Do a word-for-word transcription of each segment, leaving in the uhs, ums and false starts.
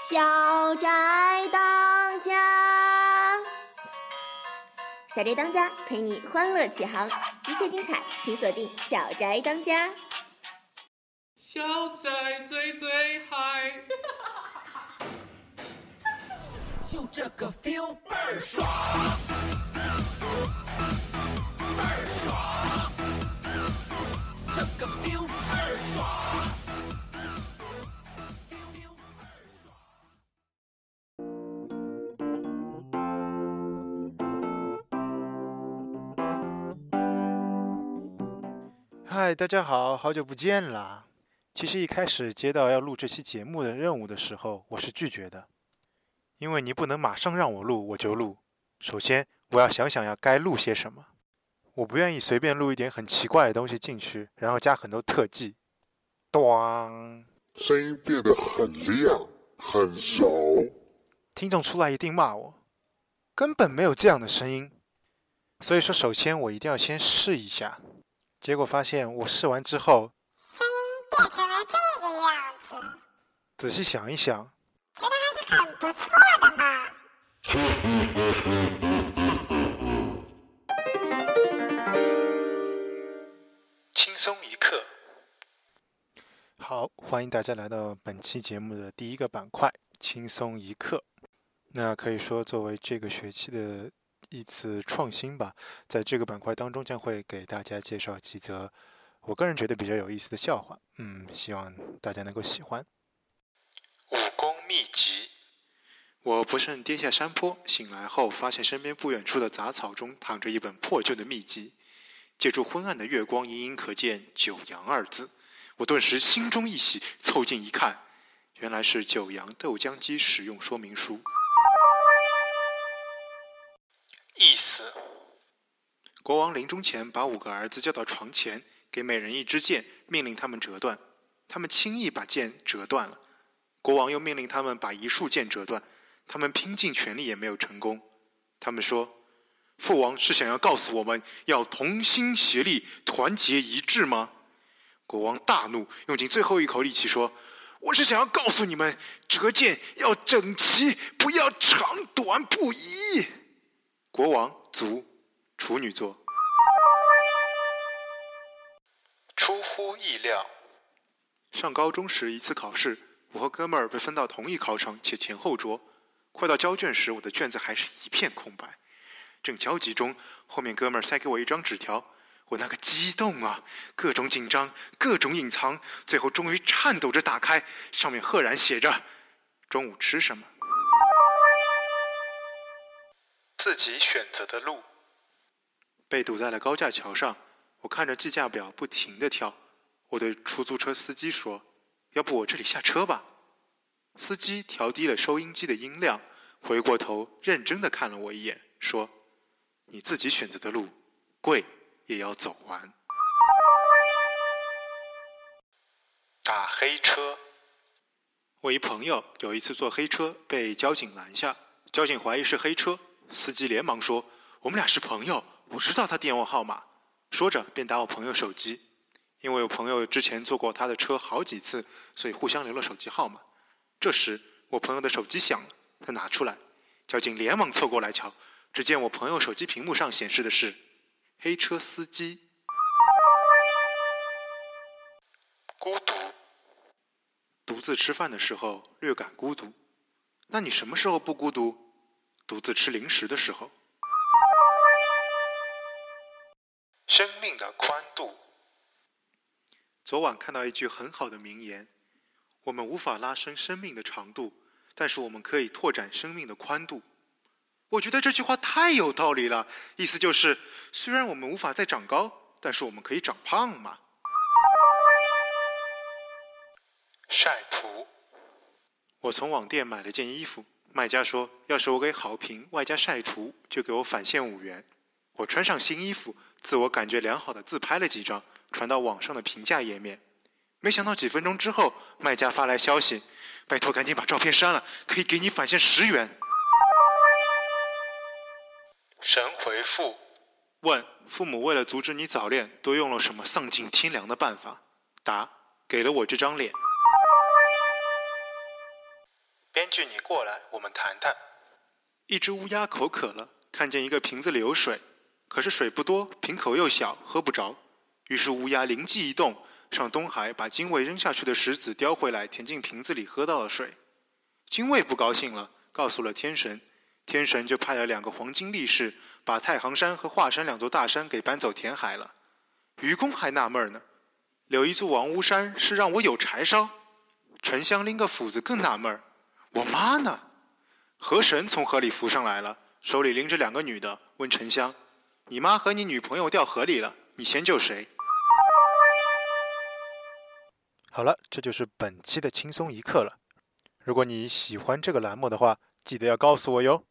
小宅当家，小宅当家陪你欢乐起航，一切精彩请锁定小宅当家。 小宅最最嗨， 就这个 feel 倍儿爽，倍儿爽，这个 feel 倍儿爽。 嗨，大家好，好久不见啦！其实一开始接到要录这期节目的任务的时候，我是拒绝的，因为你不能马上让我录我就录。首先，我要想想要该录些什么，我不愿意随便录一点很奇怪的东西进去，然后加很多特技。咣， 声音变得很亮，很熟， 听众出来一定骂我，根本没有这样的声音。所以说，首先我一定要先试一下。结果发现我试完之后， 声音变成了这个样子。 仔细想一想， 觉得还是很不错的嘛。 轻松一刻。好，欢迎大家来到本期节目的第一个板块轻松一刻。那可以说作为这个学期的一次创新吧，在这个板块当中将会给大家介绍几则我个人觉得比较有意思的笑话，嗯，希望大家能够喜欢。武功秘籍。我不慎跌下山坡，醒来后发现身边不远处的杂草中躺着一本破旧的秘籍，借助昏暗的月光隐隐可见九阳二字，我顿时心中一喜，凑近一看，原来是九阳豆浆机使用说明书。意思：国王临终前把五个儿子叫到床前，给每人一支箭，命令他们折断。他们轻易把箭折断了。国王又命令他们把一束箭折断，他们拼尽全力也没有成功。他们说：“父王是想要告诉我们要同心协力，团结一致吗？”国王大怒，用尽最后一口力气说：“我是想要告诉你们，折箭要整齐，不要长短不一。”国王卒，处女座。出乎意料。上高中时一次考试，我和哥们儿被分到同一考场且前后桌。快到交卷时，我的卷子还是一片空白。正焦急中，后面哥们儿塞给我一张纸条，我那个激动啊，各种紧张，各种隐藏，最后终于颤抖着打开，上面赫然写着：中午吃什么？自己选择的路。被堵在了高架桥上，我看着计价表不停地跳。我对出租车司机说：“要不我这里下车吧。”司机调低了收音机的音量，回过头认真地看了我一眼，说：“你自己选择的路，贵也要走完。”打黑车。我一朋友有一次坐黑车被交警拦下，交警怀疑是黑车，司机连忙说：“我们俩是朋友，我知道他电话号码。”说着便打我朋友手机。因为我朋友之前坐过他的车好几次，所以互相留了手机号码。这时我朋友的手机响了，他拿出来，交警连忙凑过来瞧，只见我朋友手机屏幕上显示的是黑车司机。孤独。独自吃饭的时候略感孤独，那你什么时候不孤独？独自吃零食的时候。生命的宽度。昨晚看到一句很好的名言：我们无法拉伸生命的长度，但是我们可以拓展生命的宽度。我觉得这句话太有道理了，意思就是，虽然我们无法再长高，但是我们可以长胖嘛。晒图。我从网店买了件衣服，卖家说，要是我给好评外加晒图，就给我返现五元。我穿上新衣服，自我感觉良好的自拍了几张，传到网上的评价页面。没想到几分钟之后，卖家发来消息：拜托赶紧把照片删了，可以给你返现十元。神回复。问：父母为了阻止你早恋，都用了什么丧尽天良的办法？答：给了我这张脸。编句你过来，我们谈谈。一只乌鸦口渴了，看见一个瓶子里有水，可是水不多，瓶口又小，喝不着。于是乌鸦灵机一动，上东海把精卫扔下去的石子叼回来，填进瓶子里，喝到了水。精卫不高兴了，告诉了天神，天神就派了两个黄金力士，把太行山和华山两座大山给搬走填海了。愚公还纳闷呢，留一座王屋山是让我有柴烧。沉香拎个斧子更纳闷，我妈呢？河神从河里浮上来了，手里拎着两个女的，问沉香，你妈和你女朋友掉河里了，你先救谁？好了，这就是本期的轻松一刻了。如果你喜欢这个栏目的话，记得要告诉我哟。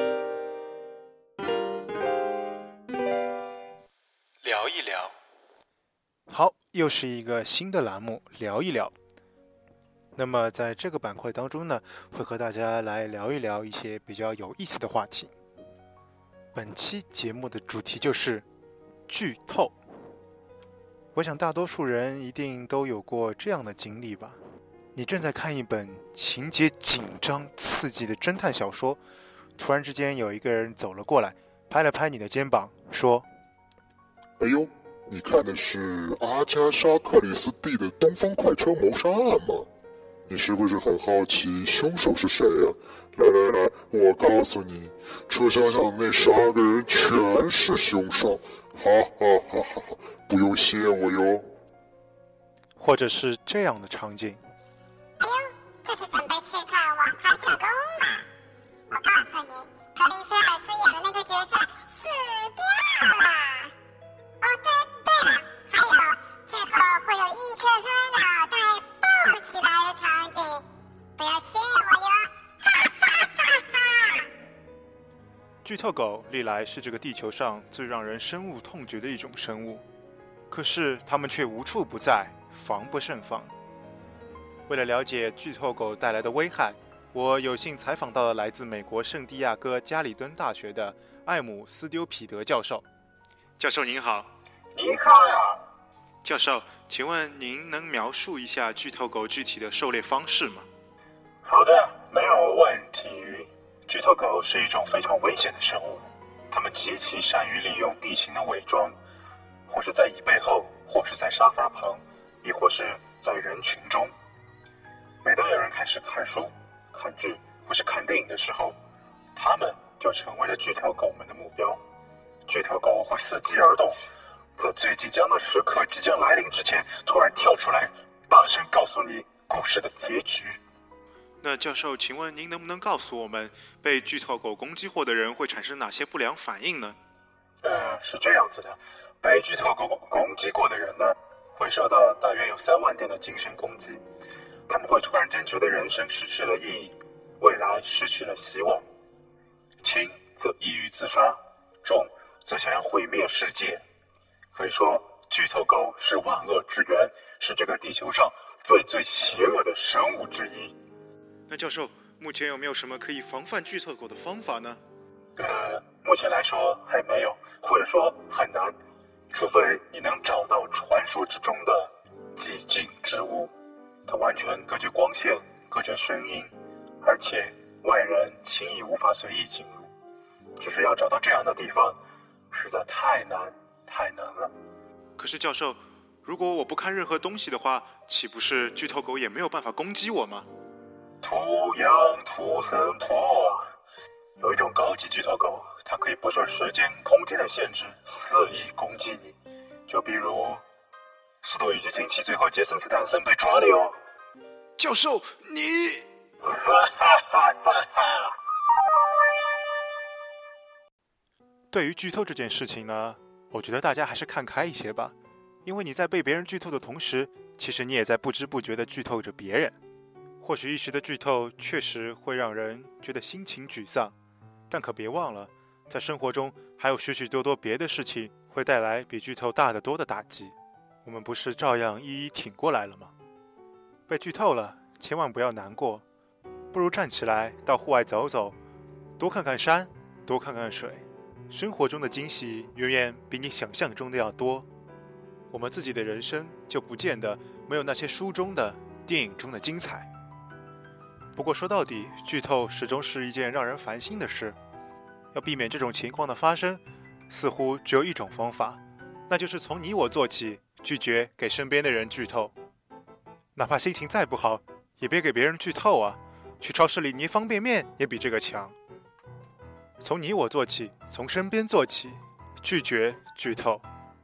聊一聊。好，又是一个新的栏目，聊一聊。那么在这个板块当中呢，会和大家来聊一聊一些比较有意思的话题。本期节目的主题就是剧透。我想大多数人一定都有过这样的经历吧。你正在看一本情节紧张刺激的侦探小说，突然之间有一个人走了过来，拍了拍你的肩膀，说： 哎呦，你看的是阿加莎·克里斯蒂的《东方快车谋杀案》吗？你是不是很好奇凶手是谁啊？来来来，我告诉你，车厢上的那十二个人全是凶手，哈哈哈哈！不用谢我哟。 或者是这样的场景。 哎呦，这是准备去看《王牌特工》吗？我告诉你，格林菲尔斯演的那个角色死掉了。哦，对对了，还有最后会有一颗颗脑袋爆起来的场景，不要谢我哟！哈哈哈哈！ 剧透狗历来是这个地球上最让人深恶痛绝的一种生物，可是它们却无处不在，防不胜防。为了了解剧透狗带来的危害，我有幸采访到了来自美国圣地亚哥加里敦大学的艾姆斯丢彼得教授。教授您好。 你好呀。 教授，请问您能描述一下剧透狗具体的狩猎方式吗？ 好的，没有问题。剧透狗是一种非常危险的生物，它们极其善于利用地形的伪装，或是在椅背后，或是在沙发旁，亦或是在人群中。每当有人开始看书、看剧或是看电影的时候，他们就成为了剧透狗们的目标。剧透狗会伺机而动，在最紧张的时刻即将来临之前，突然跳出来，大声告诉你故事的结局。 那教授，请问您能不能告诉我们，被剧透狗攻击过的人会产生哪些不良反应呢？ 呃，是这样子的，被剧透狗攻击过的人呢，会受到大约有三万点的精神攻击。他们会突然间觉得人生失去了意义，未来失去了希望。轻则抑郁自杀，重则想要毁灭世界。可以说，剧透狗是万恶之源，是这个地球上最最邪恶的生物之一。 那教授，目前有没有什么可以防范剧透狗的方法呢？ 呃，目前来说还没有，或者说很难，除非你能找到传说之中的寂静之屋，它完全隔绝光线，隔绝声音，而且外人轻易无法随意进入。只是要找到这样的地方，实在太难太难了。 可是教授，如果我不看任何东西的话，岂不是剧透狗也没有办法攻击我吗？ 图样图森破，有一种高级剧透狗，它可以不受时间、空间的限制，肆意攻击你。就比如《速度与激情七》最后杰森斯坦森被抓了哟。 教授，你…… 哈哈哈哈哈！ 对于剧透这件事情呢，我觉得大家还是看开一些吧，因为你在被别人剧透的同时，其实你也在不知不觉地剧透着别人。或许一时的剧透确实会让人觉得心情沮丧，但可别忘了，在生活中还有许许多多别的事情会带来比剧透大得多的打击，我们不是照样一一挺过来了吗？被剧透了，千万不要难过，不如站起来到户外走走，多看看山，多看看水，生活中的惊喜远远比你想象中的要多。我们自己的人生就不见得没有那些书中的、电影中的精彩。 不过说到底，剧透始终是一件让人烦心的事。要避免这种情况的发生，似乎只有一种方法，那就是从你我做起，拒绝给身边的人剧透。哪怕心情再不好，也别给别人剧透啊！去超市里捏方便面也比这个强。从你我做起，从身边做起，拒绝剧透。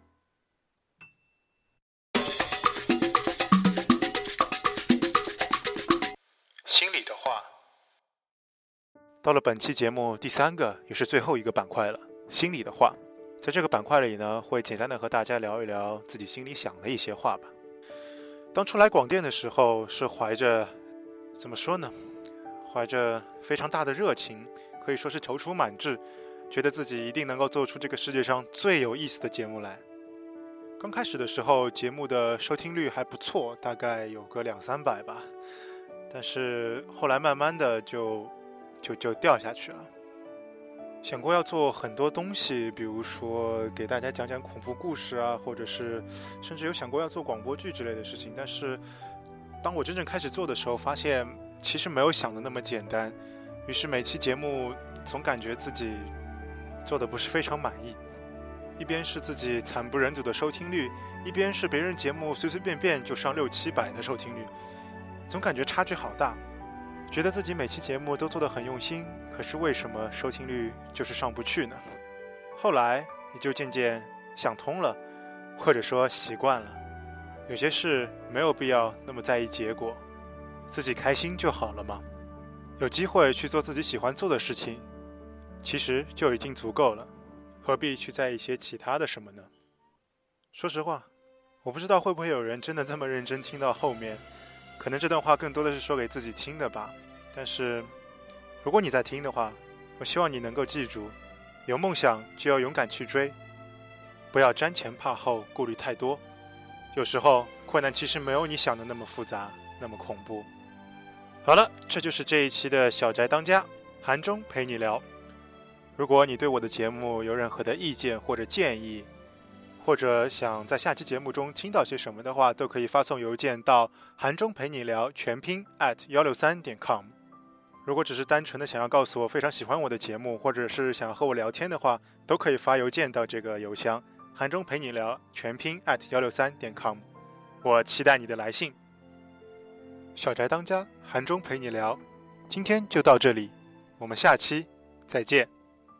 心里的话。到了本期节目第三个也是最后一个板块了，心里的话。在这个板块里呢，会简单的和大家聊一聊自己心里想的一些话吧。当初来广电的时候，是怀着怎么说呢，怀着非常大的热情，可以说是踌躇满志，觉得自己一定能够做出这个世界上最有意思的节目来。刚开始的时候，节目的收听率还不错，大概有个两三百吧，但是后来慢慢的就就就掉下去了。想过要做很多东西，比如说给大家讲讲恐怖故事啊，或者是甚至有想过要做广播剧之类的事情，但是当我真正开始做的时候，发现其实没有想的那么简单。于是每期节目总感觉自己做的不是非常满意，一边是自己惨不忍睹的收听率，一边是别人节目随随便便就上六七百的收听率，总感觉差距好大。觉得自己每期节目都做得很用心，可是为什么收听率就是上不去呢？后来也就渐渐想通了，或者说习惯了，有些事没有必要那么在意结果，自己开心就好了嘛。有机会去做自己喜欢做的事情，其实就已经足够了，何必去在意一些其他的什么呢？说实话，我不知道会不会有人真的这么认真听到后面，可能这段话更多的是说给自己听的吧。但是如果你在听的话，我希望你能够记住，有梦想就要勇敢去追，不要瞻前怕后，顾虑太多。有时候困难其实没有你想的那么复杂，那么恐怖。好了，这就是这一期的小宅当家，韩中陪你聊。如果你对我的节目有任何的意见或者建议，或者想在下期节目中听到些什么的话，都可以发送邮件到韩中陪你聊全拼 at 一六三点 com。 如果只是单纯的想要告诉我非常喜欢我的节目，或者是想要和我聊天的话，都可以发邮件到这个邮箱韩中陪你聊全拼 at 一六三点 com。 我期待你的来信。小宅当家，韩中陪你聊，今天就到这里，我们下期再见。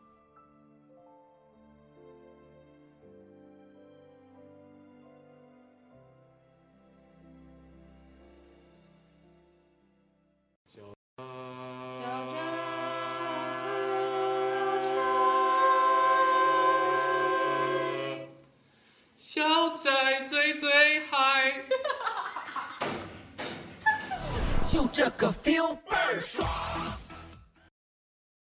小宅最最嗨， 就这个 feel 倍儿爽。